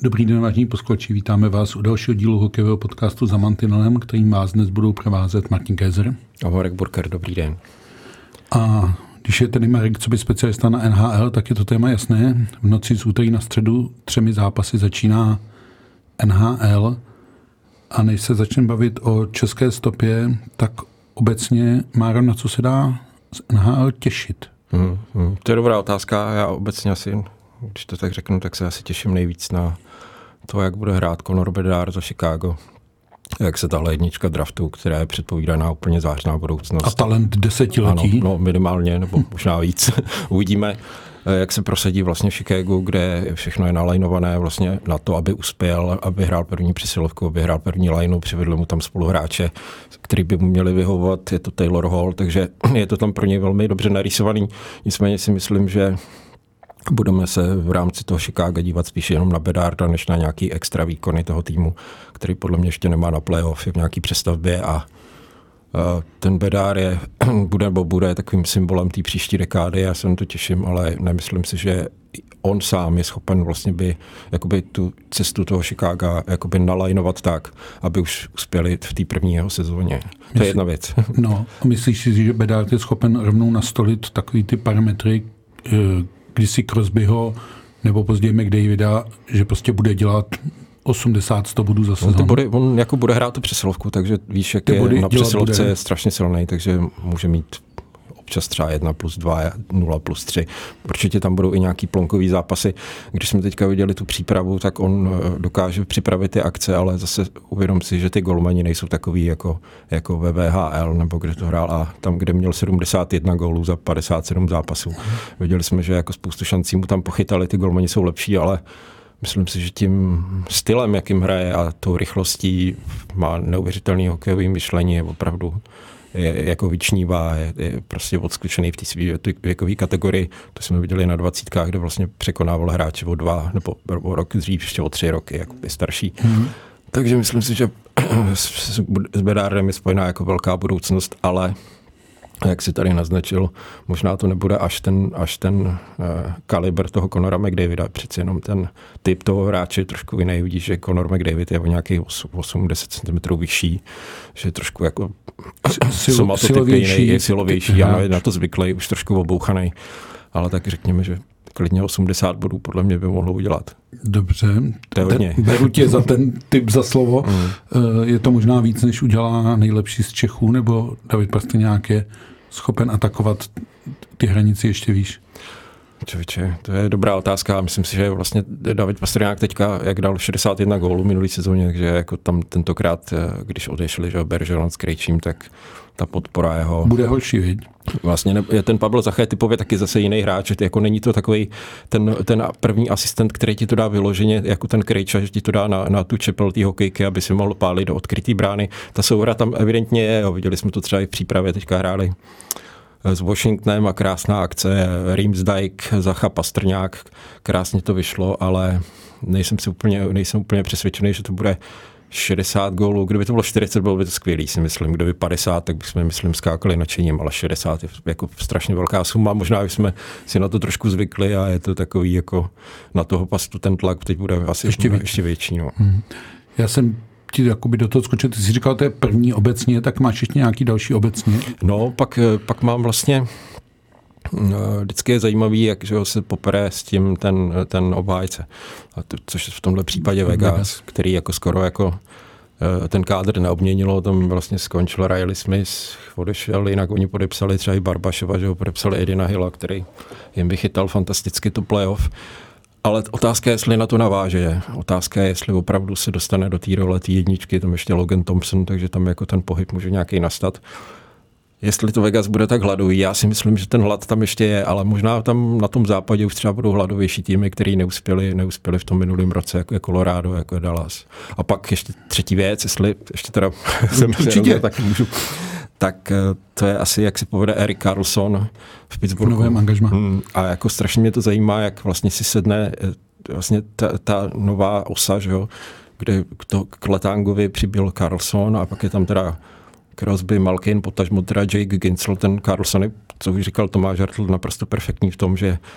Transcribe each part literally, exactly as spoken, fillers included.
Dobrý den, vážení posluchači, vítáme vás u dalšího dílu hokejového podcastu Za mantinelem, kterým vás dnes budou provázet Martin Kézer a Marek Burker. Dobrý den. A když je tedy Marek coby specialista na N H L, tak je to téma jasné. V noci z úterý na středu třemi zápasy začíná N H L a než se začneme bavit o české stopě, tak obecně, Máro, na co se dá z N H L těšit? Hmm, hmm. To je dobrá otázka. Já obecně asi, když to tak řeknu, tak se asi těším nejvíc na to, jak bude hrát Connor Bedard za Chicago. Jak se tahle jednička draftu, která je předpovídaná úplně zářná budoucnost. A talent desetiletí. Ano, no minimálně, nebo možná víc. Uvidíme, jak se prosadí vlastně v Chicagu, kde všechno je nalajnované vlastně na to, aby uspěl, aby hrál první přesilovku, aby hrál první lineu, přivedli mu tam spoluhráče, který by mu měli vyhovovat, je to Taylor Hall, takže je to tam pro něj velmi dobře narýsovaný. Nicméně si myslím, že budeme se v rámci toho Chicaga dívat spíš jenom na Bedarda, než na nějaký extra výkony toho týmu, který podle mě ještě nemá na playoff, je v nějaký přestavbě a ten Bedard je, bude, nebo bude takovým symbolem té příští dekády, já se na to těším, ale nemyslím si, že on sám je schopen vlastně by jakoby tu cestu toho Chicaga jakoby nalajnovat tak, aby už uspěli v té první jeho sezóně. To Myslí, je jedna věc. No, a myslíš si, že Bedard je schopen rovnou nastolit takový ty parametry, když si Crosbyho nebo později McDavida, že prostě bude dělat osmdesát sto bodů za sezónu? On, bude, on jako bude hrát tu přesilovku, takže víš, jak je na přesilovce je strašně silný, takže může mít občas třeba jedna plus dva, nula plus tři. Určitě tam budou i nějaký plonkový zápasy. Když jsme teďka viděli tu přípravu, tak on dokáže připravit ty akce, ale zase uvědom si, že ty golmani nejsou takový jako, jako ve V H L, nebo kde to hrál a tam, kde měl sedmdesát jedna gólů za padesát sedm zápasů. Viděli jsme, že jako spoustu šancí mu tam pochytali, ty golmani jsou lepší, ale myslím si, že tím stylem, jakým hraje a tou rychlostí má neuvěřitelný hokejový myšlení, je opravdu je, jako vyčnívá, je, je prostě odskočený v té své věkové kategorii. To jsme viděli na dvacítkách, kde vlastně překonával hráče o dva nebo o rok dřív, ještě o tři roky, jako je starší. Hmm. Takže myslím si, že s, s Bedardem je spojená jako velká budoucnost, ale jak si tady naznačil, možná to nebude až ten, až ten uh, kalibr toho Connora McDavida, přeci jenom ten typ toho hráče je trošku jiný. Vidíš, že Connor McDavid je o nějakých osm deset centimetrů vyšší, že je trošku jako somatotypy je silovější, ano, je na to zvyklý, už trošku obouchaný, ale tak řekněme, že klidně osmdesát bodů podle mě by mohlo udělat. Dobře, ten, beru tě za ten typ za slovo. Mm. Je to možná víc, než udělá nejlepší z Čechů, nebo David Pastrňák je schopen atakovat ty hranice ještě výš? Čověče, to je dobrá otázka. Myslím si, že vlastně David Pastrňák teďka, jak dal šedesát jedna gólů minulý sezóně, takže jako tam tentokrát, když odešli, že Bergeron s Krejčím, tak ta podpora jeho bude horší, viď? Vlastně ne, ten Pavel Zach je typově taky zase jiný hráč, jako není to takový ten, ten první asistent, který ti to dá vyloženě, jako ten Krejča, že ti to dá na, na tu čepel té hokejky, aby si mohl pálit do odkrytý brány. Ta souhra tam evidentně je, jo, viděli jsme to třeba i v přípravě, teďka hráli s Washingtonem a krásná akce, Riemsdyk, Zacha, Pastrňák, krásně to vyšlo, ale nejsem si úplně, nejsem úplně přesvědčený, že to bude šedesát gólů. Kdyby to bylo čtyřicet, bylo by to skvělý, si myslím. Kdyby padesát, tak bychom, myslím, skákali nadšením, ale šedesát je jako strašně velká suma. Možná jsme si na to trošku zvykli a je to takový jako na toho pastu ten tlak teď bude asi ještě, bude ještě větší. No. Hmm. Já jsem ti jakoby do toho skočil, ty jsi říkal, to je první obecně, tak máš ještě nějaký další obecně? No, pak, pak mám vlastně vždycky je zajímavý, jak že se popere s tím ten, ten obhájce. A to, což v tomhle případě Vegas, Vegas, který jako skoro jako ten kádr neobměnilo, tam vlastně skončil Riley Smith, odešel, jinak oni podepsali třeba i Barbašova, že ho podepsali Edina Hilla, který jim vychytal fantasticky to playoff. Ale otázka je, jestli na to naváže. Otázka je, jestli opravdu se dostane do té role té jedničky, tam ještě Logan Thompson, takže tam jako ten pohyb může nějaký nastat. Jestli to Vegas bude tak hladový, já si myslím, že ten hlad tam ještě je, ale možná tam na tom západě už třeba budou hladovější týmy, který neuspěli, neuspěli v tom minulém roce, jako je Colorado, jako je Dallas. A pak ještě třetí věc, jestli ještě teda jsem určitě tak můžu, tak to je asi, jak si povede Erik Karlsson v Pittsburghu. V novém angažmá. A jako strašně mě to zajímá, jak vlastně si sedne vlastně ta, ta nová osa, že jo, kde to k Letángovi přibyl Karlsson a pak je tam teda Crosby, Malkin, potažmo teda Jake Gensel, ten Karlsson, co už říkal Tomáš Hartl, naprosto perfektní v tom, že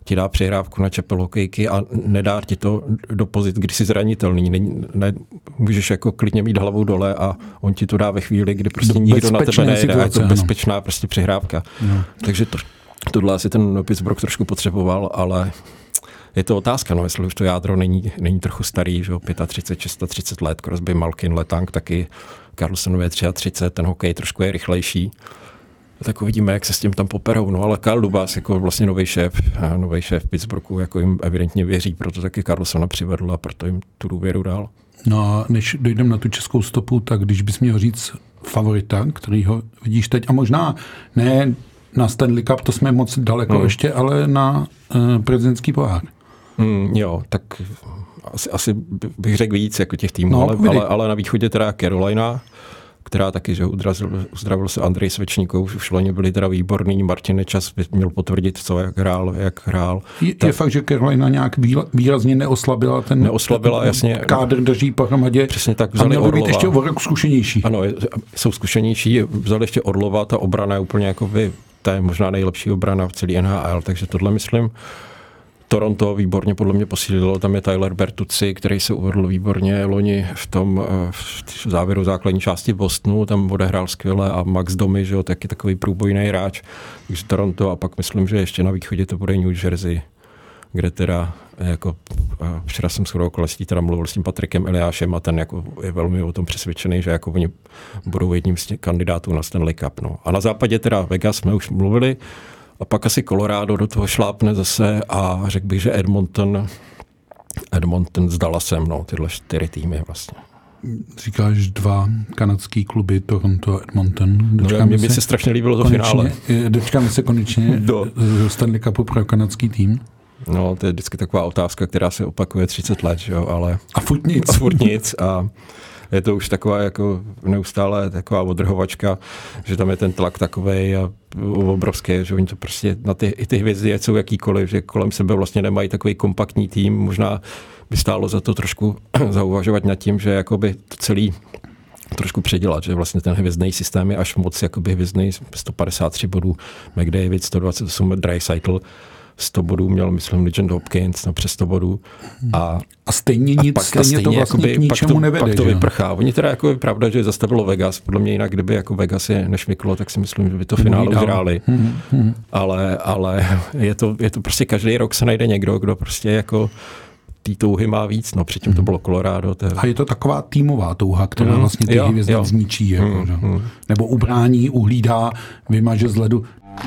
ti dá přihrávku na čepel hokejky a nedá ti to do pozic, kdy jsi zranitelný. Ne, ne, můžeš jako klidně mít hlavu dole a on ti to dá ve chvíli, kdy prostě do nikdo na tebe nejde a je to bezpečná prostě přihrávka. No. Takže to, tohle asi ten Pittsburgh trošku potřeboval, ale je to otázka, no, jestli už to jádro není, není trochu starý, že jo, třicet pět, třicet šest let, Crosby, Malkin, Letang, taky Karlsson je třicet tři, ten hokej trošku je rychlejší. Tak uvidíme, jak se s tím tam poperou. No ale Kyle Dubas jako vlastně nový šéf, nový šéf Pittsburghu, jako jim evidentně věří, proto taky Karlssona přivedl a proto jim tu důvěru dal. No a než dojdeme na tu českou stopu, tak když bys měl říct favorita, kterýho vidíš teď, a možná ne na Stanley Cup, to jsme moc daleko hmm. ještě, ale na uh, prezidentský pohár. Hmm, jo, tak asi, asi bych řekl víc jako těch týmů, no, ale, ale, ale na východě teda Carolina, která taky, že uzdravil, uzdravil se Andrej Svečníkov, už loni byli teda výborný, Martin Nečas by měl potvrdit, co, jak hrál, jak hrál. Je, Ta, je fakt, že Carolina nějak výrazně neoslabila ten neoslabila, jasně, kádr drží pohromadě. Přesně tak, vzali Orlova. A měl být ještě o rok zkušenější. Ano, jsou zkušenější, vzali ještě Orlova, ta obrana je úplně jako by, ta je možná nejlepší obrana v celé N H L, takže tohle myslím. Toronto výborně podle mě posílilo, tam je Tyler Bertuzzi, který se uvedl výborně loni v tom v závěru základní části Bostonu, tam odehrál skvěle a Max Domi, že jo, taky takový průbojný hráč, takže Toronto a pak myslím, že ještě na východě to bude New Jersey, kde teda jako včera jsem shodou okolností teda mluvil s tím Patrikem Eliášem a ten jako je velmi o tom přesvědčený, že jako oni budou jedním z těch kandidátů na Stanley Cup. No. A na západě teda Vegas jsme už mluvili, a pak asi Colorado do toho šlápne zase a řekl bych, že Edmonton, Edmonton s Dallasem, no, tyhle čtyři týmy vlastně. Říkáš dva kanadský kluby, Toronto a Edmonton. No, mě by se strašně líbilo to konečně, finále. Dočkáme se konečně do Stanley Cupu pro kanadský tým. No, to je vždycky taková otázka, která se opakuje třicet let, jo, ale... A furt nic. A furt nic a je to už taková jako neustále taková odrhovačka, že tam je ten tlak takovej a obrovský, že oni to prostě na ty, i ty hvězdy jsou jakýkoliv, že kolem sebe vlastně nemají takový kompaktní tým, možná by stálo za to trošku zauvažovat nad tím, že jakoby to celý trošku předělat, že vlastně ten hvězdný systém je až moc jakoby hvězdný, sto padesát tři bodů McDavid, sto dvacet osm Draisaitl, sto bodů měl, myslím, Legend Hopkins, no přes sto bodů. A, a stejně nic, a pak, stejně, stejně to vlastně jakoby, k ničemu to, nevede. Pak to vyprchá. Oni teda jako je pravda, že zastavilo Vegas. Podle mě jinak, kdyby jako Vegas je nešmyklo, tak si myslím, že by to finále uhráli. Hmm, hmm. Ale, ale je, to, je to prostě každý rok se najde někdo, kdo prostě jako tý touhy má víc, no předtím to bylo Colorado. To je... A je to taková týmová touha, která mm, vlastně ty hvězdy zničí. Jako, mm, mm. Nebo ubrání, uhlídá, vymaže z ledu.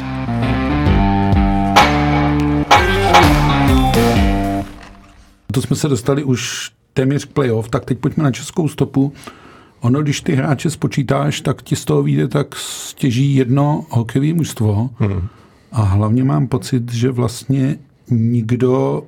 To jsme se dostali už téměř k playoff, tak teď pojďme na českou stopu. Ono, když ty hráče spočítáš, tak ti z toho vyjde tak stěží jedno hokejové mužstvo. Hmm. A hlavně mám pocit, že vlastně nikdo,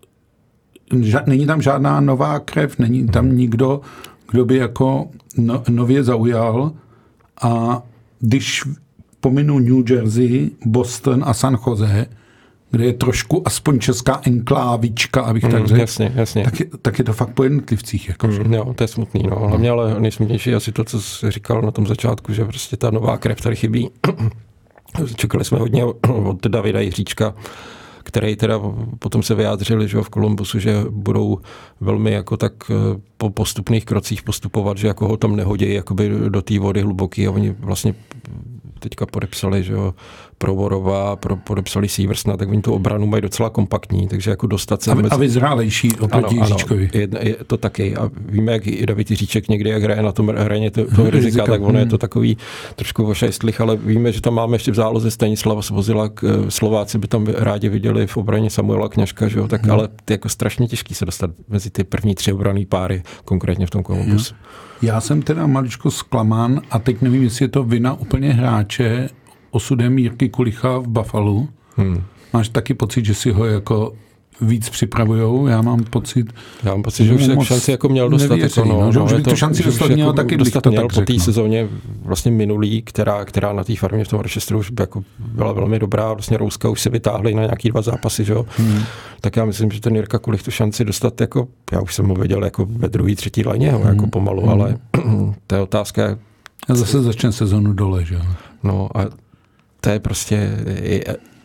ža, není tam žádná nová krev, není tam nikdo, kdo by jako no, nově zaujal. A když pominu New Jersey, Boston a San Jose, kde je trošku aspoň česká enklávička, abych mm, tak řekl, jasně, jasně. Tak, je, tak je to fakt po jednotlivcích. Jako, mm, jo, to je smutný. No. Hlavně ale nejsmutnější asi to, co jsi říkal na tom začátku, že prostě ta nová krev tady chybí. Čekali jsme hodně od Davida Jiříčka, který teda potom se vyjádřili, že v Columbusu, že budou velmi jako tak po postupných krocích postupovat, že jako ho tam nehodí jakoby do té vody hluboký a oni vlastně teďka podepsali, že jo, Provorova, pro, podepsali Seversna, tak oni tu obranu mají docela kompaktní, takže jako dostat se... A, mezi... a vyzrálejší oproti Jiříčkovi. Je, je to taky. A víme, jak i David Jiříček někdy, jak hraje na tom hraně to, toho rizika, rizika, tak ono hmm. je to takový trošku ošajstlých, ale víme, že tam máme ještě v záloze Stanislava Svozila, Slováci by tam rádi viděli v obraně Samuela Kňažka, že jo, tak hmm. ale je jako strašně těžký se dostat mezi ty první tři obranné páry, konkrétně v tom Columbusu. Hmm. Já jsem teda maličko zklamán a teď nevím, jestli je to vina úplně hráče osudem Jirky Kulicha v Buffalo. Hmm. Máš taky pocit, že si ho jako víc připravujou? Já mám pocit... Já mám pocit, že už se šanci jako měl dostat. Nevěří, jako, no, no, že už by tu šanci dostat měl, jako taky dostat to měl tak po té řeknu. sezóně vlastně minulý, která, která na té farmě v tom Rochesteru už by jako byla velmi dobrá. Vlastně Rouska už se vytáhli na nějaký dva zápasy, že jo. Hmm. Tak já myslím, že ten Jirka Kulich tu šanci dostat jako, já už jsem ho viděl jako ve druhé, třetí léně, hmm. jako pomalu, hmm. ale to je otázka. A zase začne sezonu dole, že jo. No a to je prostě,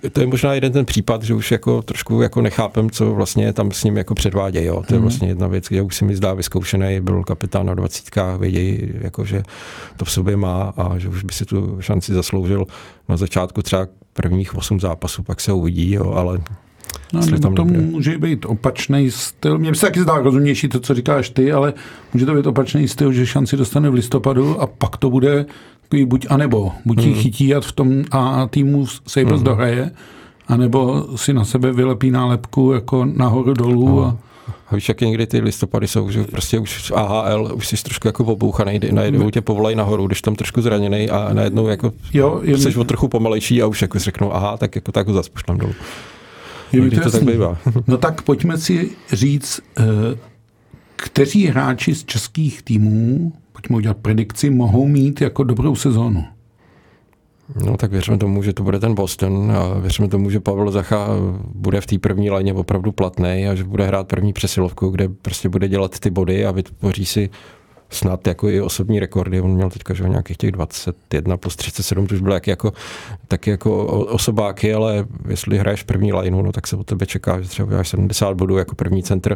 to je možná jeden ten případ, že už jako trošku jako nechápem, co vlastně tam s ním jako předvádějí. Jo. To je vlastně jedna věc, kde už si mi zdá vyzkoušený, byl kapitán na dvacítkách, vědějí, jako, že to v sobě má a že už by si tu šanci zasloužil na začátku třeba prvních osm zápasů, pak se uvidí, jo, ale no, tam to nebude. Může být opačný styl. Mně se taky zdá rozumnější to, co říkáš ty, ale může to být opačný styl, že šanci dostane v listopadu a pak to bude buď a nebo. Buď ji mm. chytí a v tom a týmu Sabres mm. dohraje, anebo si na sebe vylepí nálepku jako nahoru dolů. No. A... a víš, jak někdy ty listopady jsou, že prostě už v A H L už jsi trošku jako obouchanej, najednou tě povolají nahoru, když tam trošku zraněnej a najednou jako jo, je jsi mi... o trochu pomalejší a už jako řeknou, aha, tak jako tak ho zas pošlem dolů. Je to tak bývá. No tak pojďme si říct, kteří hráči z českých týmů, pojďme udělat predikci, mohou mít jako dobrou sezónu. No tak věřme tomu, že to bude ten Boston a věřme tomu, že Pavel Zacha bude v té první lajně opravdu platnej a že bude hrát první přesilovku, kde prostě bude dělat ty body a vytvoří si snad jako i osobní rekordy. On měl teďka že nějakých těch dvacet jedna plus třicet sedm, to už bylo jako, taky jako osobáky, ale jestli hraješ první lineu, no tak se od tebe čeká, že třeba máš sedmdesát bodů jako první centr.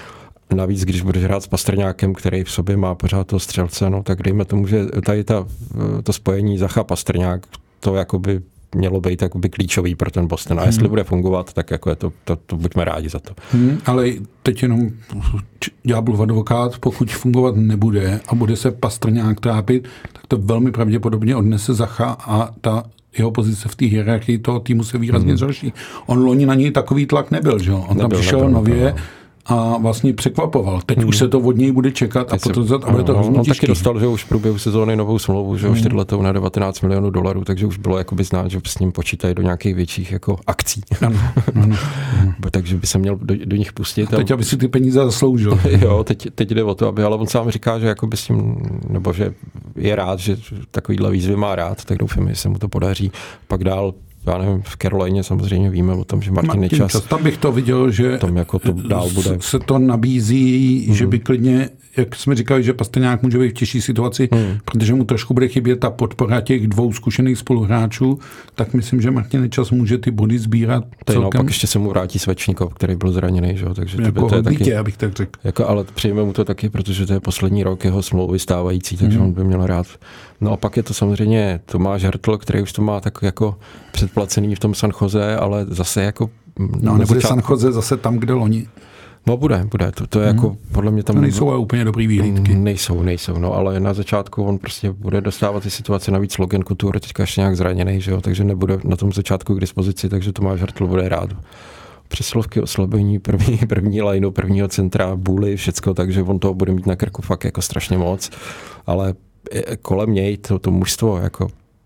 Navíc, když budeš hrát s Pastrňákem, který v sobě má pořád toho střelce, no tak dejme tomu, že tady ta, to spojení Zacha Pastrňák, to jakoby mělo být jakoby klíčový pro ten Boston. A jestli hmm. bude fungovat, tak jako je to, to, to buďme rádi za to. Hmm, ale teď jenom ďáblův advokát, pokud fungovat nebude a bude se Pastrňák trápit, tak to velmi pravděpodobně odnese Zacha a ta jeho pozice v té hierarchii toho týmu se výrazně hmm. zhorší. On loni na něj takový tlak nebyl, že jo? On nebyl, tam přišel nebyl, nově nebyl. A vlastně překvapoval. Teď hmm. už se to od něj bude čekat a potom se, a bude to hrozně on těžký. Taky dostal, že už v průběhu sezóny novou smlouvu, že hmm. čtyřletou na devatenáct milionů dolarů, takže už bylo jakoby znát, že s ním počítají do nějakých větších jako akcí. Ano, ano, ano. Takže by se měl do, do nich pustit. A teď, a... aby si ty peníze zasloužil. Jo, teď, teď jde o to, aby, ale on sám říká, že jakoby s tím, nebo že je rád, že takovýhle výzvy má rád, tak doufám, že se mu to podaří. Pak dál já nevím, v Carolině samozřejmě víme o tom, že Martin, Martin Nečas. Čas. Tam bych to viděl, že tam jako to dál bude. Se to nabízí, mm. že by klidně, jak jsme říkali, že Pastrňák může být v těžší situaci, mm. protože mu trošku bude chybět ta podpora těch dvou zkušených spoluhráčů, tak myslím, že Martin Nečas může ty body sbírat celkem. No, pak ještě se mu vrátí Svečníkov, který byl zraněný, že? Takže jako to je dítě, taky, abych tak řekl. Jako, ale přijme mu to taky, protože to je poslední rok jeho smlouvy stávající, takže mm. on by měl rád. No a pak je to samozřejmě Tomáš Hertl, který už to má tak jako předplacený v tom San Jose, ale zase jako... No nebude začátku... San Jose zase tam, kde loni. No bude, bude. To, to je hmm. jako podle mě tam... To nejsou ale úplně dobrý výhlídky. Nejsou, nejsou, no ale na začátku on prostě bude dostávat ty situace, navíc Logan Couture teďka ještě nějak zraněný, že jo, takže nebude na tom začátku k dispozici, takže Tomáš Hertl bude rád. Přesilovky, oslabení, první, první lineu, prvního centra, bůly, všecko, takže on toho bude mít na krku fakt jako strašně moc, ale kolem něj to, to mužstvo, jako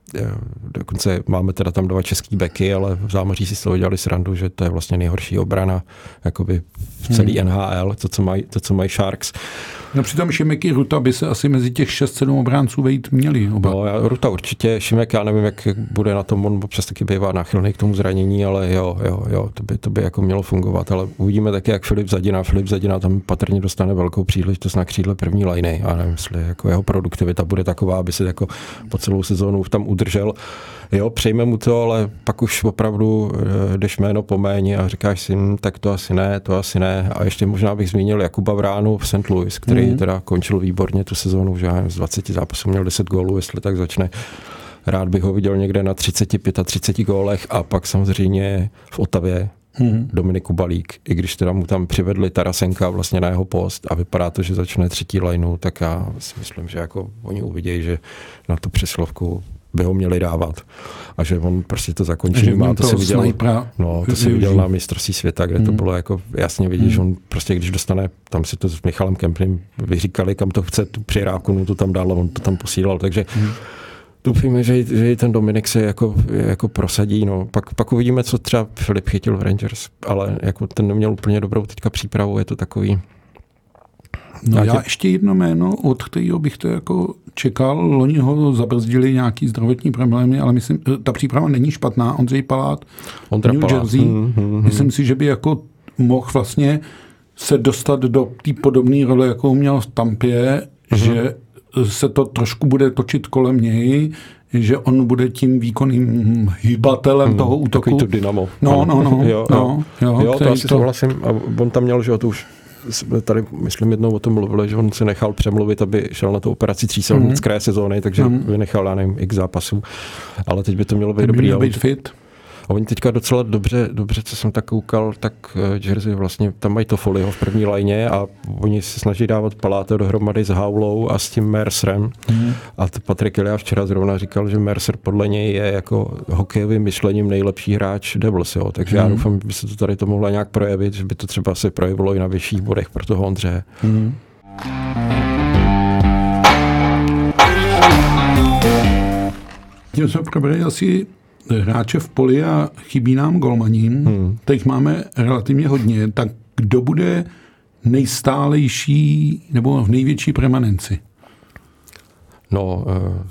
dokonce máme teda tam dva český beky, ale v zámoří si z toho dělali srandu, že to je vlastně nejhorší obrana jakoby v celý hmm. N H L, to, co mají to, co mají Sharks. No přitom Šimek i Ruta by se asi mezi těch šest sedm obránců vejít měli. Oba. No, já, Ruta určitě, Šimek, já nevím, jak bude na tom, on občas taky bývá náchylný k tomu zranění, ale jo, jo, jo, to by, to by jako mělo fungovat, ale uvidíme taky, jak Filip Zadina, Filip Zadina tam patrně dostane velkou příležitost na křídle první liny, a nevím, jestli jako jeho produktivita bude taková, aby se jako po celou sezónu tam udržel. Jo, přejme mu to, ale pak už opravdu jdeš jméno po méně a říkáš si, hm, tak to asi ne, to asi ne. A ještě možná bych zmínil Jakuba Vránu v Saint Louis, který mm. teda končil výborně tu sezónu, že z dvaceti zápasů měl deset gólů, jestli tak začne. Rád bych ho viděl někde na třicet pět a třicet gólech a pak samozřejmě v Otavě mm. Dominik Kubalík, i když teda mu tam přivedli Tarasenka vlastně na jeho post a vypadá to, že začne třetí lineu, tak já si myslím, že jako oni uvidějí, že na tu přesilovku by ho měli dávat. A že on prostě to zakončí. Má, to, to, viděl, no, to si viděl na mistrovství světa, kde mm. to bylo jako jasně vidět, mm. že on prostě, když dostane, tam si to s Michalem Kempným vyříkali, kam to chce, tu přihrávku, no to tam dál, on to tam posílal, takže mm. doufíme, že, že ten Dominik se jako, jako prosadí. No. Pak, pak uvidíme, co třeba Filip chytil v Rangers, ale jako ten neměl úplně dobrou teďka přípravu, je to takový... No já, já ještě jedno jméno, od kterého bych to jako čekal. Loni ho zabrzdili nějaký zdravotní problémy, ale myslím, ta příprava není špatná. Ondřej Palát, Ondra New Palát. Jersey. Hmm, hmm, hmm. Myslím si, že by jako mohl vlastně se dostat do té podobné role, jakou měl v Tampě, hmm. že se to trošku bude točit kolem něj, že on bude tím výkonným hýbatelem hmm, toho útoku. Takový to dynamo. No, no, no. Jo, no, jo, jo to asi to... souhlasím. A on tam měl, že to už tady, myslím, jednou o tom mluvili, že on se nechal přemluvit, aby šel na tu operaci tříselnické mm. sezóny, takže mm. vynechal, já nevím, x zápasů. Ale teď by to mělo být teď dobrý. Měl být fit. A oni teďka docela dobře, dobře, co jsem tak koukal, tak Jersey vlastně, tam mají to Foleyho v první lajně a oni se snaží dávat Paláta dohromady s Howlou a s tím Mercerem. Mm. A Patrik Eliáš včera zrovna říkal, že Mercer podle něj je jako hokejovým myšlením nejlepší hráč Devils, jo. Takže mm. já doufám, že by se to tady to mohlo nějak projevit, že by to třeba se projevilo i na vyšších bodech pro toho Ondřeje. Mm. Tím jsme probrali asi hráče v poli a chybí nám golmani. Hmm. Teď máme relativně hodně. Tak kdo bude nejstálejší nebo v největší permanenci? No,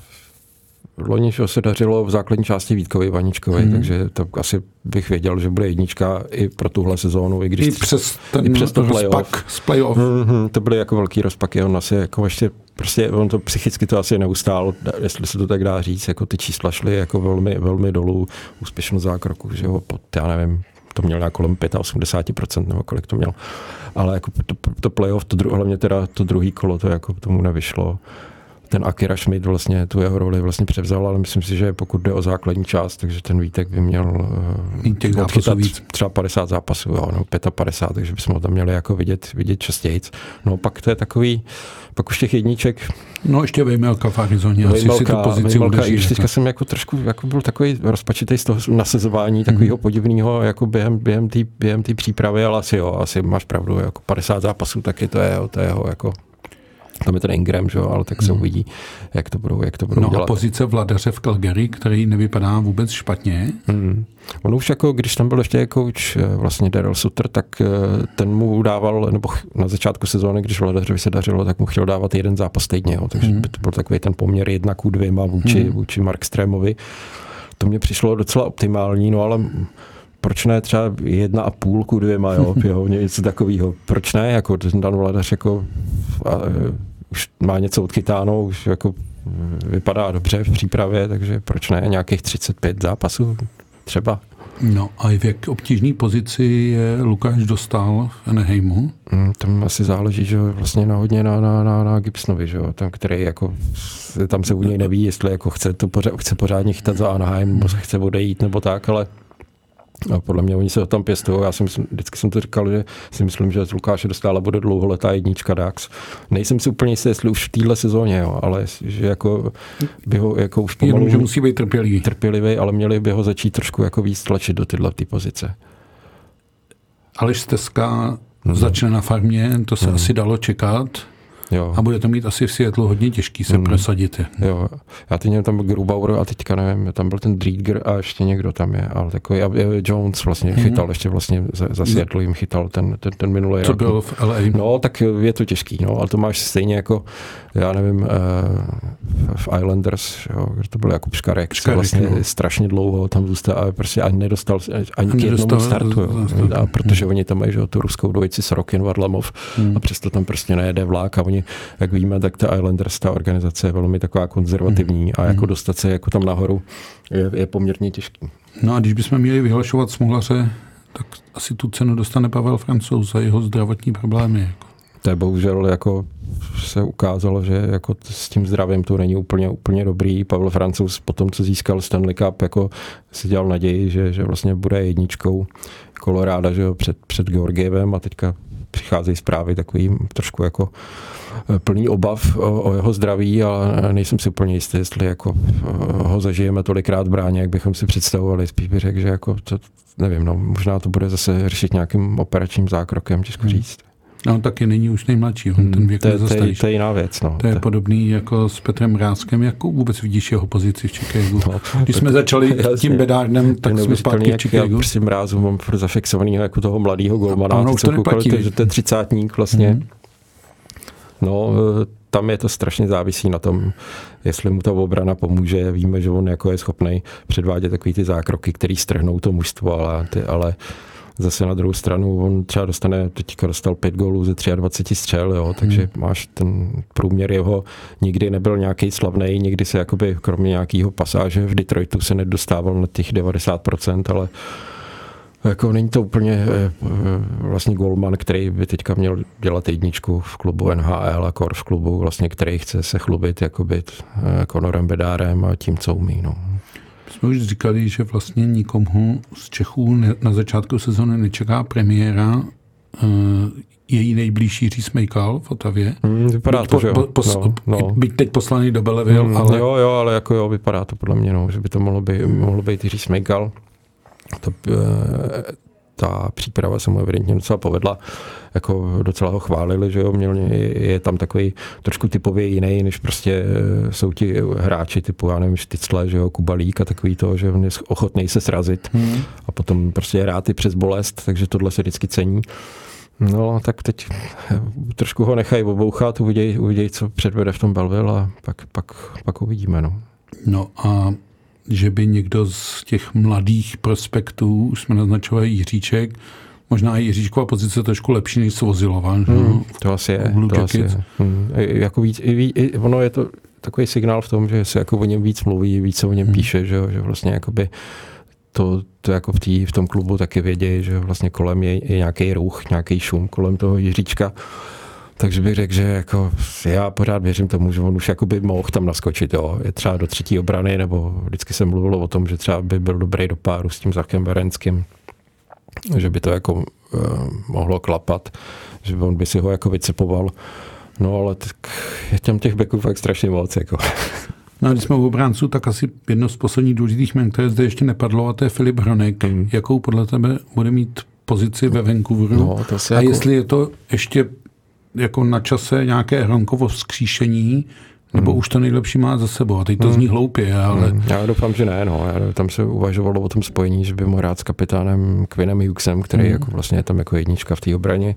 uh, loni se dařilo v základní části Vítkovi Vaničkovi, hmm. takže to asi bych věděl, že bude jednička i pro tuhle sezónu. I, když I přes ten i přes to rozpak z playoff. Mm-hmm, to byly jako velký rozpaky. On asi jako ještě prostě on to psychicky to asi neustál, jestli se to tak dá říct, jako ty čísla šly jako velmi, velmi dolů, úspěšnost zákroku, že ho pod, já nevím, to měl nějak kolem osmdesát pět procent nebo kolik to měl, ale jako to, to playoff, to dru, hlavně teda to druhý kolo, to jako tomu nevyšlo. Ten Akira Schmidt vlastně tu jeho roli vlastně převzal, ale myslím si, že pokud jde o základní část, takže ten Vítek by měl těch zápasů víc. Třeba padesát zápasů, jo, no, padesát pět, takže bychom ho tam měli jako vidět, vidět častějc. No pak to je takový, pak už těch jedniček. No ještě Vejmelka v Arizoně, asi si tu pozici Vejmelka, udrží. I když teďka jsem jako trošku jako byl takový rozpačitý z toho nasazování, takového mm. podivného jako během, během té během přípravy, ale asi jo, asi máš pravdu, jako padesát zápasů, taky to je, to je jeho jako tam je ten Ingram, že jo, ale tak se hmm. uvidí, jak to budou, jak to budou no dělat. No a pozice Vladaře v Calgary, který nevypadá vůbec špatně. Hmm. On už jako, když tam byl ještě coach vlastně Daryl Sutter, tak ten mu dával, nebo na začátku sezóny, když Vladařovi se dařilo, tak mu chtěl dávat jeden zápas týdně, jo, takže hmm. by to byl takový ten poměr jedna ku dvěma vůči, hmm. vůči Markströmovi. To mně přišlo docela optimální, no ale proč ne třeba jedna a půl ku dvěma, jo, jo, něco takového. Proč ne, jako Dan Vladař jako a, už má něco odchytáno, už jako vypadá dobře v přípravě, takže proč ne, nějakých třicet pět zápasů třeba. No a v jak obtížné pozici je Lukáš Dostál v Anaheimu? Hmm, tam asi záleží, že vlastně na hodně na, na, na, na Gibsonovi, že jo, tam, který jako, tam se u něj neví, jestli jako chce to pořád, chce pořádně chytat za Anaheim, nebo se chce odejít, nebo tak, ale a podle mě oni se ho tam pěstují. Já si myslím, vždycky jsem to říkal, že si myslím, že z Lukáše Dostála bude dlouholetá jednička Dax. Nejsem si úplně jistý, jestli už v téhle sezóně, jo, ale že jako by ho jako už pomalu Jenom, že musí být trpělivý. trpělivý, ale měli by ho začít trošku jako víc tlačit do tyhle ty pozice. Aleš Stezka hmm. začne na farmě, to se hmm. asi dalo čekat. Jo. A bude to mít asi v Seattlu hodně těžký se mm. prosadit. Jo, já teď nevím, tam byl Grubauer a teďka nevím, tam byl ten Driedger a ještě někdo tam je, ale takový, a Jones vlastně mm. chytal, ještě vlastně za, za Seattle jim chytal ten, ten, ten minulý rok. Co byl v L A? No, tak je to těžký, no, ale to máš stejně jako, já nevím, uh, v Islanders, jo, kde to byl Jakub Škarek, Škarek vlastně no. strašně dlouho tam zůstal, ale prostě ani nedostal ani k jednomu startu, jo, a protože mm. oni tam mají, že, tu ruskou dvojici Sorokin, Varlamov mm. a přesto tam prostě nejede vlák a oni, jak víme, tak ta Islanders, ta organizace je velmi taková konzervativní a jako dostat se jako tam nahoru je, je poměrně těžký. No a když bychom měli vyhlašovat smolaře, tak asi tu cenu dostane Pavel Francouz za jeho zdravotní problémy. Jako. To je bohužel jako se ukázalo, že jako s tím zdravím to není úplně, úplně dobrý. Pavel Francouz po tom, co získal Stanley Cup, jako si dělal naději, že, že vlastně bude jedničkou Koloráda, že jo, před, před Georgievem a teďka přicházejí zprávy takový trošku jako plný obav o, o jeho zdraví, ale nejsem si úplně jistý, jestli jako ho zažijeme tolikrát v bráně, jak bychom si představovali. Spíš bych řekl, že jako to, nevím, no, možná to bude zase řešit nějakým operačním zákrokem, těžko říct. No, taky není už nejmladší, on ten věk to, je, to, je, to je jiná věc. No. To je podobný jako s Petrem Mrázkem, jako vůbec vidíš jeho pozici v Chicagu. No, Když jsme začali jasně, tím Bedardem, tak jsme zpátky v Chicagu. Já prostě Mrázu mám zafixovaného jako toho mladého golmana. Ono už to neplatí. Že to je třicátník vlastně. Mm. No, tam je to strašně závisí na tom, jestli mu ta obrana pomůže. Víme, že on jako je schopný předvádět takový ty zákroky, který strhnou to mužstvo, ale, ty, ale zase na druhou stranu on třeba dostane, teďka dostal pět gólů ze dvacet tři střel, jo, takže hmm. máš ten průměr jeho, nikdy nebyl nějaký slavnej, nikdy se jakoby kromě nějakého pasáže v Detroitu se nedostával na těch devadesát procent, ale jako není to úplně vlastně golman, který by teďka měl dělat jedničku v klubu N H L a kor v klubu, vlastně, který chce se chlubit jakoby Conorem Bedárem a tím, co umí. No. Jsme už říkali, že vlastně nikomu z Čechů na začátku sezóny nečeká premiéra. Její nejbližší Jiří Smejkal v Otavě. Hmm, vypadá byť to, po, že jo. Po, no, no. Byť teď poslaný do Belleville, hmm, ale... Jo, jo, ale jako jo, vypadá to podle mě, no, že by to mohlo být, mohlo být Jiří Smejkal. To, ta příprava se mu evidentně docela povedla, jako docela ho chválili, že jo, měl, je tam takový trošku typově jiný, než prostě jsou ti hráči typu, já nevím, Štycle, že jo, Kubalík a takový to, že on je ochotný se srazit hmm. a potom prostě hrát i přes bolest, takže tohle se vždycky cení. No, tak teď trošku ho nechají obouchat, uviděj, uviděj, co předvede v tom Belleville a pak, pak, pak uvidíme, no. No a že by někdo z těch mladých prospektů, už jsme naznačovali Jiříček, možná i Jiříčkova pozice trošku lepší než Svozilova. Hmm, to asi je. To asi je. Hmm. Jako víc, i, i, ono je to takový signál v tom, že se jako o něm víc mluví, víc se o něm hmm. píše, že, že vlastně jakoby to, to jako v, tý, v tom klubu taky vědějí, že vlastně kolem je, je nějaký ruch, nějaký šum kolem toho Jiříčka. Takže bych řekl, že jako já pořád věřím tomu, že on už jakoby mohl tam naskočit. Jo. Je třeba do třetí obrany, nebo vždycky jsem mluvil o tom, že třeba by byl dobrý do páru s tím Zachem Berenským, že by to jako uh, mohlo klapat, že on by si ho jako vycepoval. No ale tak je tam těch backů fakt strašně moc. Jako. No a když jsme u obránců, tak asi jedno z posledních důležitých jmen, které zde ještě nepadlo, a to je Filip Hronek. Hmm. Jakou podle tebe bude mít pozici ve Vancouveru? No, to a jako... jestli je to ještě jako na čase nějaké Hronkovo vzkříšení, nebo hmm. už to nejlepší má za sebou. A teď to hmm. zní hloupě, ale... Hmm. Já doufám, že ne. No. Já, tam se uvažovalo o tom spojení, že by mohl hrát s kapitánem Quinnem Hughesem, který hmm. jako vlastně je tam jako jednička v té obraně.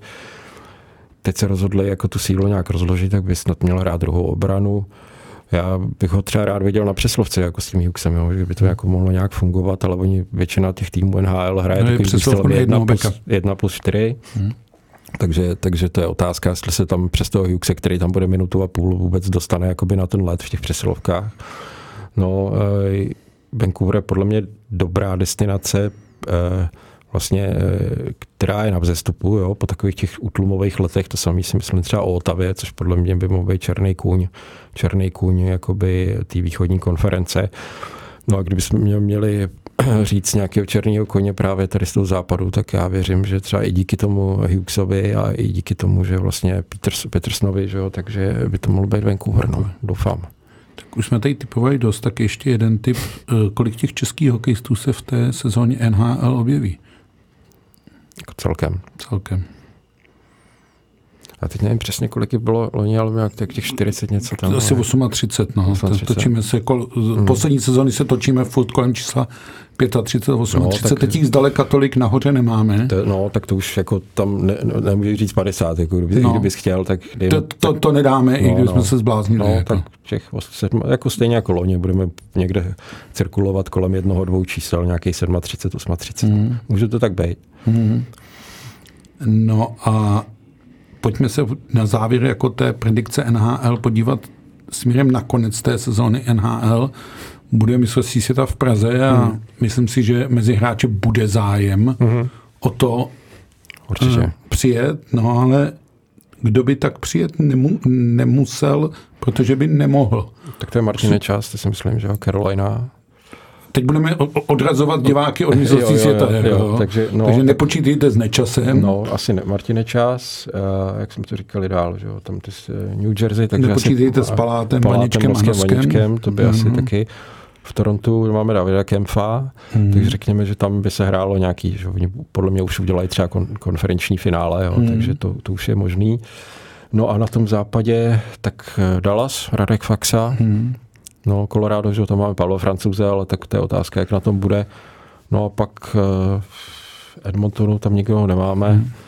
Teď se rozhodli jako tu sílu nějak rozložit, tak by snad měl hrát druhou obranu. Já bych ho třeba rád viděl na přeslovce jako s tím Hughesem, jo, že by to jako mohlo nějak fungovat, ale oni většina těch týmů N H L hraje no, takový stylem jedna plus, jedna plus čtyři. Hmm. Takže, takže to je otázka, jestli se tam přes toho Hughese, který tam bude minutu a půl, vůbec dostane jakoby na ten let v těch přesilovkách. No, eh, Vancouver je podle mě dobrá destinace, eh, vlastně, eh, která je na vzestupu, jo, po takových těch útlumových letech, to samý si myslím třeba o Otavě, což podle mě by mohl být černý kůň, černý kůň jakoby té východní konference. No a kdybychom měli říct nějakého černého koně právě tady z toho západu, tak já věřím, že třeba i díky tomu Hughesovi a i díky tomu, že vlastně Peters, Petersonovi, že jo, takže by to mohl být Vancouver, no, doufám. Tak už jsme tady typovali dost, tak ještě jeden typ, kolik těch českých hokejistů se v té sezóně N H L objeví? Jako celkem. Celkem. A teď nevím přesně, kolik je bylo loni, ale nějak těch čtyřicet něco tam. Asi třicet osm, no. třicet. Točíme se, kol, hmm. poslední sezóny se točíme furt kolem čísla třicet pět, osm, no, třicet, teď jich zdaleka tolik nahoře nemáme. To, no, tak to už jako tam ne, nemůžeš říct padesát, jako kdyby, no. kdybys chtěl, tak... Dejme, to, to, to nedáme, no, i kdybychom no. se zbláznili. No, jako. tak těch, jako stejně jako loni, budeme někde cirkulovat kolem jednoho, dvou čísel, nějaký třicet sedm, třicet osm. Hmm. Může to tak být. Hmm. No a pojďme se na závěr jako té predikce N H L podívat směrem na konec té sezóny N H L. Bude mistrovství světa v Praze a hmm. myslím si, že mezi hráči bude zájem hmm. o to Určitě. Uh, přijet, no ale kdo by tak přijet nemu, nemusel, protože by nemohl. Tak to je Martin Nečas, to si myslím, že jo, Carolina. Teď budeme odrazovat diváky od mistrovství světa. Jo, jo, jo. Takže, no, takže tak, nepočítejte s Nečasem. No, asi ne. Martin Nečas, uh, jak jsme to říkali dál, že jo, tam ty New Jersey. Takže nepočítejte asi, s Palátem, Palátem Vaničkem, Vaničkem, to by mm-hmm. asi taky. V Torontu máme Davida Kempfa, mm-hmm. takže řekněme, že tam by se hrálo nějaký, že oni podle mě už udělají třeba kon, konferenční finále, jo, mm-hmm. takže to, to už je možný. No a na tom západě, tak Dallas, Radek Faksa, mm-hmm. no Colorado, že tam máme Pavla Francouze, ale tak to je otázka, jak na tom bude. No a pak v Edmontonu tam nikoho nemáme, mm-hmm.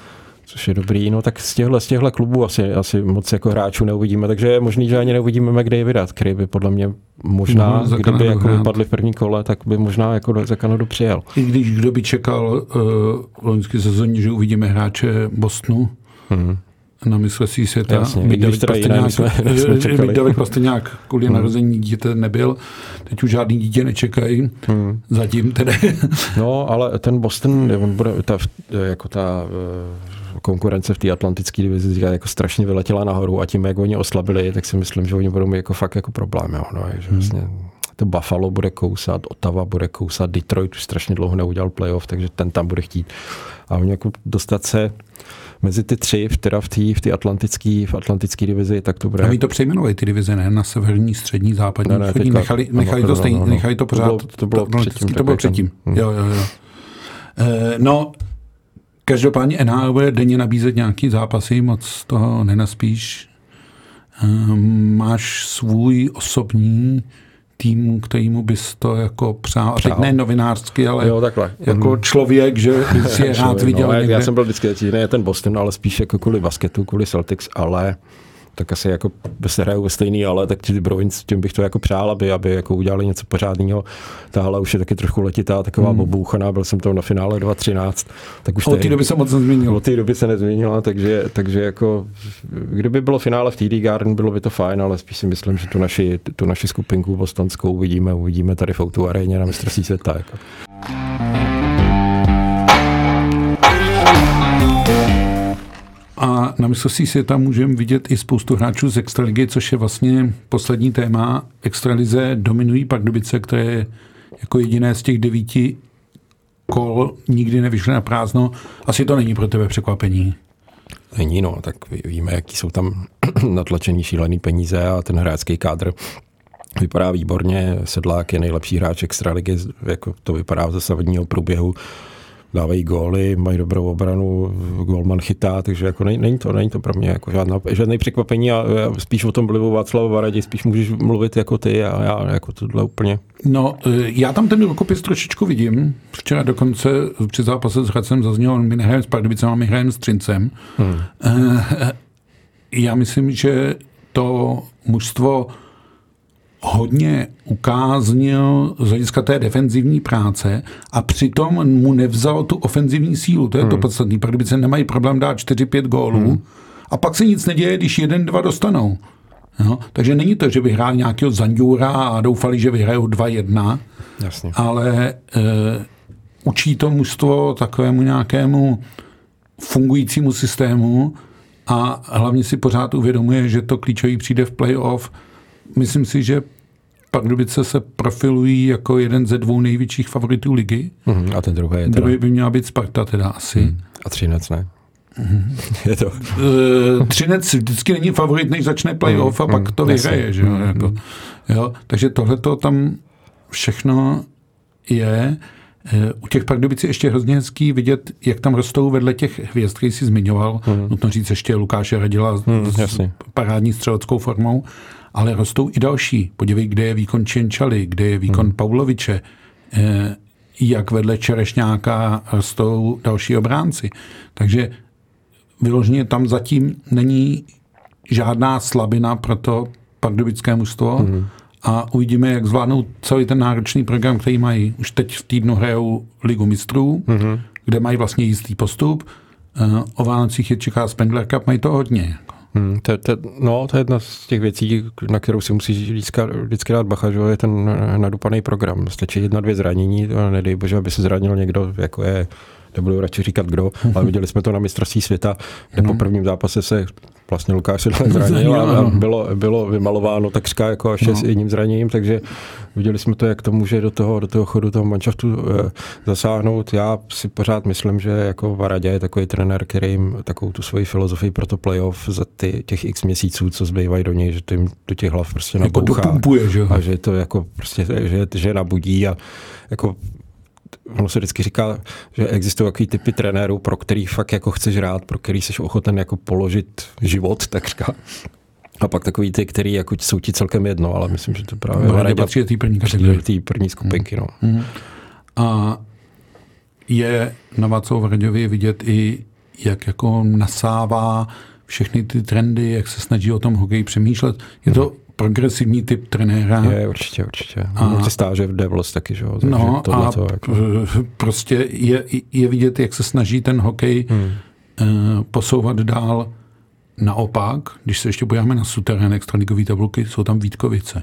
Což je dobrý, no tak z těchto, z těchto klubů asi, asi moc jako hráčů neuvidíme, takže je možný, že ani neuvidíme McDavida, který by podle mě možná, no, kdyby jako vypadli v první kole, tak by možná jako za Kanadu přijel. I když kdo by čekal uh, v loňské sezóně, že uvidíme hráče Bostonu, hmm. na mistrovství světa. Jasně, i když teda jiné jsme, jsme čekali. David prostě nějak kvůli hmm. narození dítěte nebyl. Teď už žádný dítě nečekají. Hmm. Zatím tedy. No, ale ten Boston, on bude, ta, jako ta konkurence v té atlantické divizi jako strašně vyletěla nahoru a tím, jak oni oslabili, tak si myslím, že oni budou mít jako fakt jako problém. Jo. No, že hmm. vlastně to Buffalo bude kousat, Ottawa bude kousat, Detroit už strašně dlouho neudělal playoff, takže ten tam bude chtít. A oni jako dostat se mezi ty tři, teda v té v atlantické v atlantické divizi, tak to bude. A my to přejmenovali ty divize, ne? Na severní, střední, západní. Ne, ne, teďka, nechali, nechali, to stejně, no, no. nechali to pořád. To bylo, to bylo to, předtím. To bylo předtím. Hmm. Jo, jo, jo. E, no, každopádně N H L bude denně nabízet nějaký zápasy, moc toho nenaspíš. E, máš svůj osobní tým, kterýmu bys to jako přál. A teď ne novinářsky, ale jo, takhle. jako mm. člověk, že bys je rád viděl no, někde. Já jsem byl vždycky, ne ten Boston, ale spíš jako kvůli basketu, kvůli Celtics, ale tak asi jako se hrajou ve stejný, ale tak ty Bruins, tím bych to jako přál, aby, aby jako udělali něco pořádného. Ta hala už je taky trochu letitá, taková hmm. obouchaná, byl jsem tam na finále dva třináct. Tak už od té doby se moc nezměnilo. Od té doby se nezměnila, takže, takže jako kdyby bylo finále v T D Garden, bylo by to fajn, ale spíš si myslím, že tu naši, tu naši skupinku bostonskou uvidíme, uvidíme tady v O dva aréně na mistrovství světa. Jako. A na mistrovství světa můžeme vidět i spoustu hráčů z extraligy, což je vlastně poslední téma. Extralize dominují Pardubice, které jako jediné z těch devíti kol nikdy nevyšly na prázdno. Asi to není pro tebe překvapení. Není, no, tak víme, jaký jsou tam natlačený šílený peníze a ten hráčský kádr vypadá výborně. Sedlák je nejlepší hráč extraligy, jako to vypadá v dosavadního průběhu. Dávají góly, mají dobrou obranu, gólman chytá, takže jako není, není to, není to pro mě jako žádná, žádný překvapení a spíš o tom vlivu Václava Varadě, spíš můžeš mluvit jako ty a já jako tohle úplně. No, já tam ten rukopis trošičku vidím. Včera dokonce při zápase s Hradcem zaznělo, my nehrajeme s Pardubicem, my hrajeme s Třincem. Hmm. Já myslím, že to mužstvo hodně ukáznil z hlediska té defenzivní práce a přitom mu nevzal tu ofenzivní sílu. To je hmm. to podstatné. Pardubice nemají problém dát čtyři pět gólů hmm. a pak se nic neděje, když jeden, dva dostanou. No, takže není to, že vyhrál nějakého Zanďura a doufali, že vyhrajou dva jedna, Jasně. ale e, učí to mužstvo takovému nějakému fungujícímu systému a hlavně si pořád uvědomuje, že to klíčový přijde v playoff. Myslím si, že Pardubice se profilují jako jeden ze dvou největších favoritů ligy. Uhum, a ten druhý je teda... Druhý by měla být Sparta teda asi. Uhum. A Třinec ne? Uhum. Je to... Uh, Třinec vždycky není favorit, než začne playoff uhum. a pak to vyhraje. Že? Uhum. Jako, jo? Takže tohleto tam všechno je. U těch Pardubic je ještě hrozně hezký vidět, jak tam rostou vedle těch hvězd, který jsi zmiňoval. Hmm. Nutno říct ještě Lukáše Radila hmm, s parádní střeleckou formou, ale rostou i další. Podívej, kde je výkon Čenčaly, kde je výkon hmm. Pauloviče, eh, jak vedle Čerešňáka rostou další obránci. Takže vyloženě tam zatím není žádná slabina pro to pardubické mužstvo. Hmm. A uvidíme, jak zvládnou celý ten náročný program, který mají. Už teď v týdnu hrajou Ligu mistrů, mm-hmm. kde mají vlastně jistý postup. O Vánocích je čeká Spengler Cup, mají to hodně. Hmm, to, to, no, to je jedna z těch věcí, na kterou si musíš vždycky, vždycky dát bacha, že je ten nadupaný program. Stačí jedna, dvě zranění, to nedej bože, aby se zranil někdo, jako je, nebudu radši říkat kdo, ale viděli jsme to na mistrovství světa, kde no. po prvním zápase se vlastně Lukáš se zranil a bylo, bylo vymalováno takřka jako až no. s jedním zraněním, takže viděli jsme to, jak to může do toho, do toho chodu toho manšaftu e, zasáhnout. Já si pořád myslím, že jako Varadě je takový trenér, který jim takovou tu svoji filozofii pro to playoff za ty, těch x měsíců, co zbývají do něj, že to jim do těch hlav prostě nabouchá. Jako pumpuje, že? A že to jako prostě, že, že nabudí a jako ono se vždycky říká, že existují takový typy trenérů, pro který fakt jako chceš hrát, pro který jsi ochoten jako položit život, tak říká. A pak takový ty, který jako jsou ti celkem jedno, ale myslím, že to právě no, Varadě patří té první kategorie. Té první skupinky, no. Mm. A je na Václavu Varaďovi vidět i jak jako nasává všechny ty trendy, jak se snaží o tom hokeji přemýšlet. Je to progresivní typ trenéra. Je, určitě, určitě. A se stáže v Devils taky, že jo? No a jako... prostě je, je vidět, jak se snaží ten hokej hmm. posouvat dál. Naopak, když se ještě podíváme na suterén extraligové tabulky, jsou tam Vítkovice.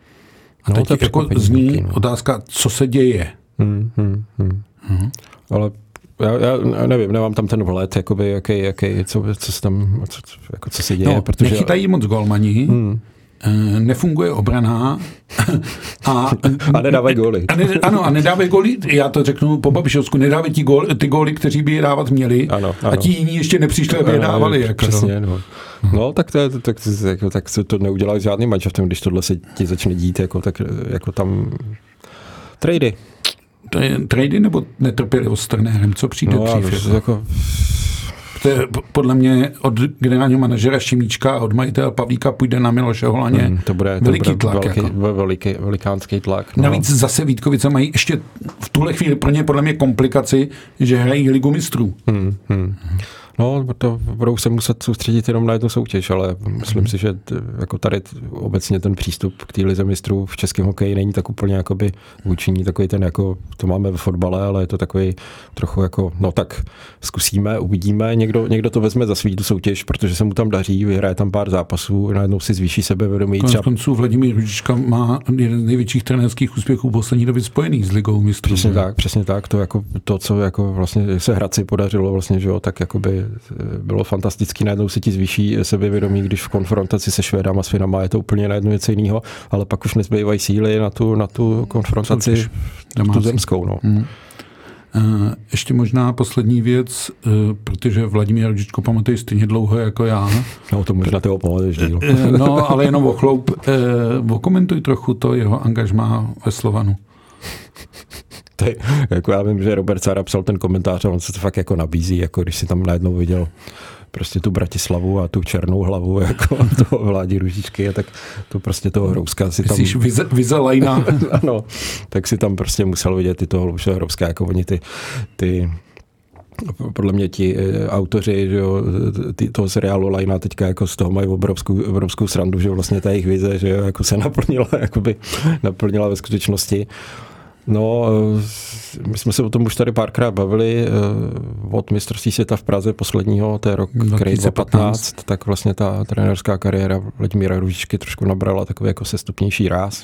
A no, teď jako zní taky, no. otázka, co se děje. Hmm, hmm, hmm. Hmm. Ale já, já nevím, nemám tam ten vhled, jakoby, jaký, jaký, co, co se tam, co, jako, co se děje. No, protože... Nechytají moc golmani, hmm. nefunguje obrana a, a nedávají góly. A ne, ano, a nedávají góly, já to řeknu po babišovsku, nedávají ti góly, ty góly, kteří by je dávat měli, ano, ano. a ti jiní ještě nepřišli, aby je dávali. Jako, přesně, no. No, tak, to, tak, jako, tak se to neudělá žádný manšaftem, když tohle se ti začne dít, jako, tak jako tam trady. To je trady nebo netrpělivost s trenérem, co přijde no, dřív? Jako? Jako... To je podle mě od generálního manažera Šimíčka a od majitele Pavlíka půjde na Miloše Holaně hmm, to bude, veliký to bude tlak. Veliký, jako. veliký, velikánský tlak. No. Navíc zase Vítkovice mají ještě v tuhle chvíli pro ně podle mě komplikaci, že hrají Ligu mistrů. Hmm, hmm. No, to budou se muset soustředit jenom na jednu soutěž, ale myslím si, že t, jako tady t, obecně ten přístup k té lize mistrů v českém hokeji není tak úplně jakoby účinný, takový ten jako, to máme ve fotbale, ale je to takový trochu jako, no tak zkusíme, uvidíme, někdo, někdo to vezme za svý tu soutěž, protože se mu tam daří, vyhraje tam pár zápasů, najednou si zvýší sebevědomí. Konec konců Vladimír Růžička má jeden z největších trenérských úspěchů poslední doby spojených s Ligou mistrů. Přesně tak, přesně tak, to jako to, co jako vlastně se Hradci podařilo vlastně, že jo, tak jakoby bylo fantastický, najednou se ti zvýší sebevědomí, když v konfrontaci se Švédama, s Finama je to úplně najednou něco jiného, ale pak už nezbývají síly na tu, na tu konfrontaci tu zemskou. No. Mm. Uh, ještě možná poslední věc, uh, protože Vladimír Růžičko pamatuje stejně dlouho jako já. No to možná toho pamatuješ díl. Uh, no, ale jenom o chloup. Uh, okomentuj trochu to jeho angažmá ve Slovanu. Tady, jako já vím, že Robert Sára psal ten komentář a on se to fakt jako nabízí, jako když si tam najednou viděl prostě tu Bratislavu a tu černou hlavu jako toho Vládi Růžičky, a tak to prostě toho Hrouska si tam... Myslíš vize, vize lajna? Ano, tak si tam prostě musel vidět i toho Hlouše Hrouska, jako oni ty... ty podle mě ti autoři, že jo, ty, toho seriálu Lajna teďka jako z toho mají obrovskou, obrovskou srandu, že vlastně ta jejich vize, že jo, jako se naplnila, jakoby naplnila ve skutečnosti. No, my jsme se o tom už tady párkrát bavili od mistrovství světa v Praze posledního, to je rok dva tisíce patnáct, tak vlastně ta trenérská kariéra Vladimíra Růžičky trošku nabrala takový jako sestupnější ráz.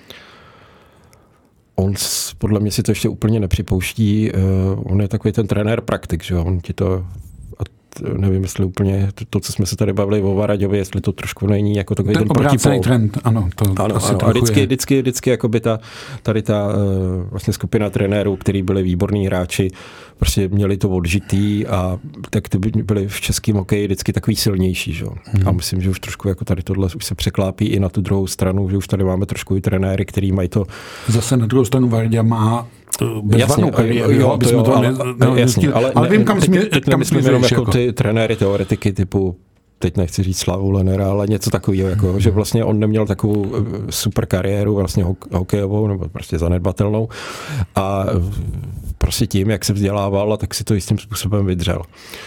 On podle mě si to ještě úplně nepřipouští, on je takový ten trenér praktik, že on ti to... nevím, jestli úplně to, to, co jsme se tady bavili o Varaďovi, jestli to trošku není jako takový ten, ten protipol. Trend, ano. To ano, asi ano. A vždycky, vždycky, vždycky jakoby ta, tady ta uh, vlastně skupina trenérů, který byli výborní hráči, prostě měli to odžitý a tak ty byli v českém hokeji vždycky takový silnější. Že? Hmm. A myslím, že už trošku jako tady tohle už se překlápí i na tu druhou stranu, že už tady máme trošku i trenéry, který mají to... Zase na druhou stranu Varďa má bezvadnou kariéru, jo, to jo, to ale, ne, ne, jasně, ale, ale vím, kam jsme teď nemyslím jenom jako ty trenéry, teoretiky typu, teď nechci říct Slavu Lenera, ale něco takového, jako, mm. že vlastně on neměl takovou super kariéru vlastně hokejovou, nebo prostě zanedbatelnou a prostě tím, jak se vzdělával, tak si to jistým způsobem vydřel.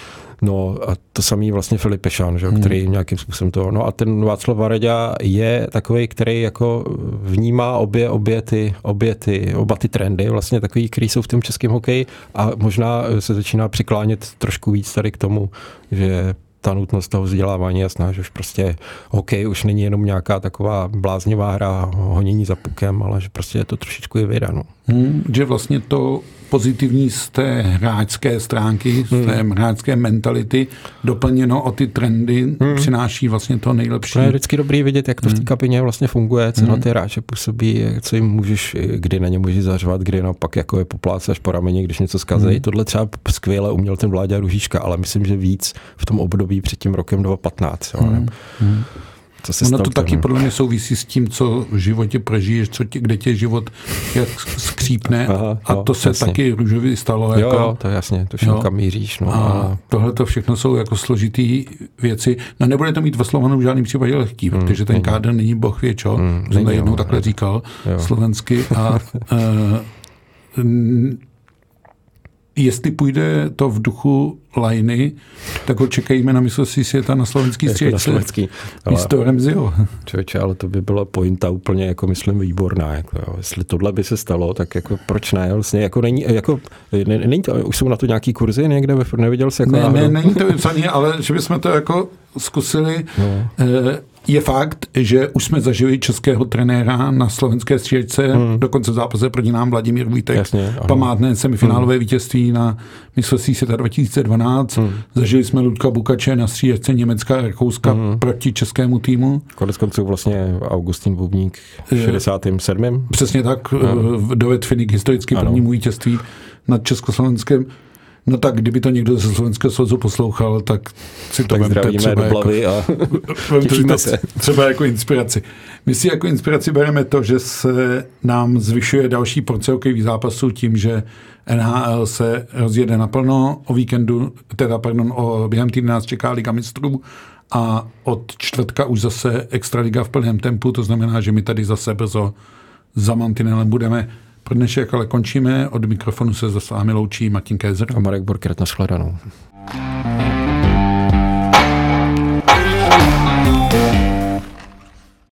No a to samý vlastně Filip Pešan, že, hmm. který nějakým způsobem to... No a ten Václav Varaďa je takový, který jako vnímá obě, obě, ty, obě ty, oba ty trendy, vlastně takový, který jsou v tom českém hokeji a možná se začíná přiklánět trošku víc tady k tomu, že ta nutnost toho vzdělávání je jasná, že už prostě hokej už není jenom nějaká taková bláznivá hra, honění za pukem, ale že prostě je to trošičku i věda. No. Hmm, že vlastně to pozitivní z té hráčské stránky, z té hmm. hráčské mentality doplněno o ty trendy hmm. přináší vlastně to nejlepší. To je vždycky dobrý vidět, jak to v té kabině vlastně funguje, co hmm. na ty hráče působí, co jim můžeš, kdy na ně můžeš zařvat, kdy naopak jako je poplácáš po rameni, když něco zkazejí. Hmm. Tohle třeba skvěle uměl ten Vláďa Růžička, ale myslím, že víc v tom období před tím rokem dva tisíce patnáct. Hmm. Hmm. Co se ono to taky podle mě souvisí s tím, co v životě prožiješ, co tě, kde tě život jak skřípne. Aha, a to jo, se jasně. taky Růžovi stalo. Jo, jako, jo, to je jasně, to všechno kam míříš. No, a a tohle to všechno jsou jako složitý věci. No nebude to mít ve Slovanu v žádném případě lehký, hmm, protože ten kádr není boh ví čo. Hmm, jsem jednou jo, takhle ne. říkal jo. slovensky. A uh, jestli půjde to v duchu lajny, tak ho čekejme na mistrovství světa na slovenský stříčce. Místo Remziho. Člověče, ale to by byla pointa úplně, jako myslím, výborná. Jako, jo. Jestli tohle by se stalo, tak jako proč ne? Vlastně jako není, jako, ne, není to, už jsou na to nějaký kurzy někde, neviděl jsi jako Ne, ne, není to vypsaný, ale že bychom to jako zkusili. No. Je fakt, že už jsme zažili českého trenéra na slovenské stříčce, hmm. dokonce v zápase proti nám Vladimír Vítek, Jasně, památné semifinálové hmm. vítězství na mistrovství světa dva tisíce dvanáct. Hmm. Zažili jsme Ludka Bukače na stříčce Německa a Rakouska hmm. proti českému týmu. Konec konců vlastně Augustin Bubník v šedesátém sedmém Přesně tak, hmm. dovedl Finik historicky prvnímu vítězství nad Československem. No tak, kdyby to někdo ze Slovenského svazu poslouchal, tak si to tak vemte třeba do jako, a těšíme se. Třeba jako inspiraci. My si jako inspiraci bereme to, že se nám zvyšuje další porce hokejových zápasů tím, že N H L se rozjede naplno, o víkendu, teda pardon, o během týdne nás čeká Liga mistrů a od čtvrtka už zase Extraliga v plném tempu, to znamená, že my tady zase brzo za mantinelem budeme. Pro dnešek ale končíme. Od mikrofonu se s vámi loučí Martin Kézer a Marek Borkert. Na shledanou.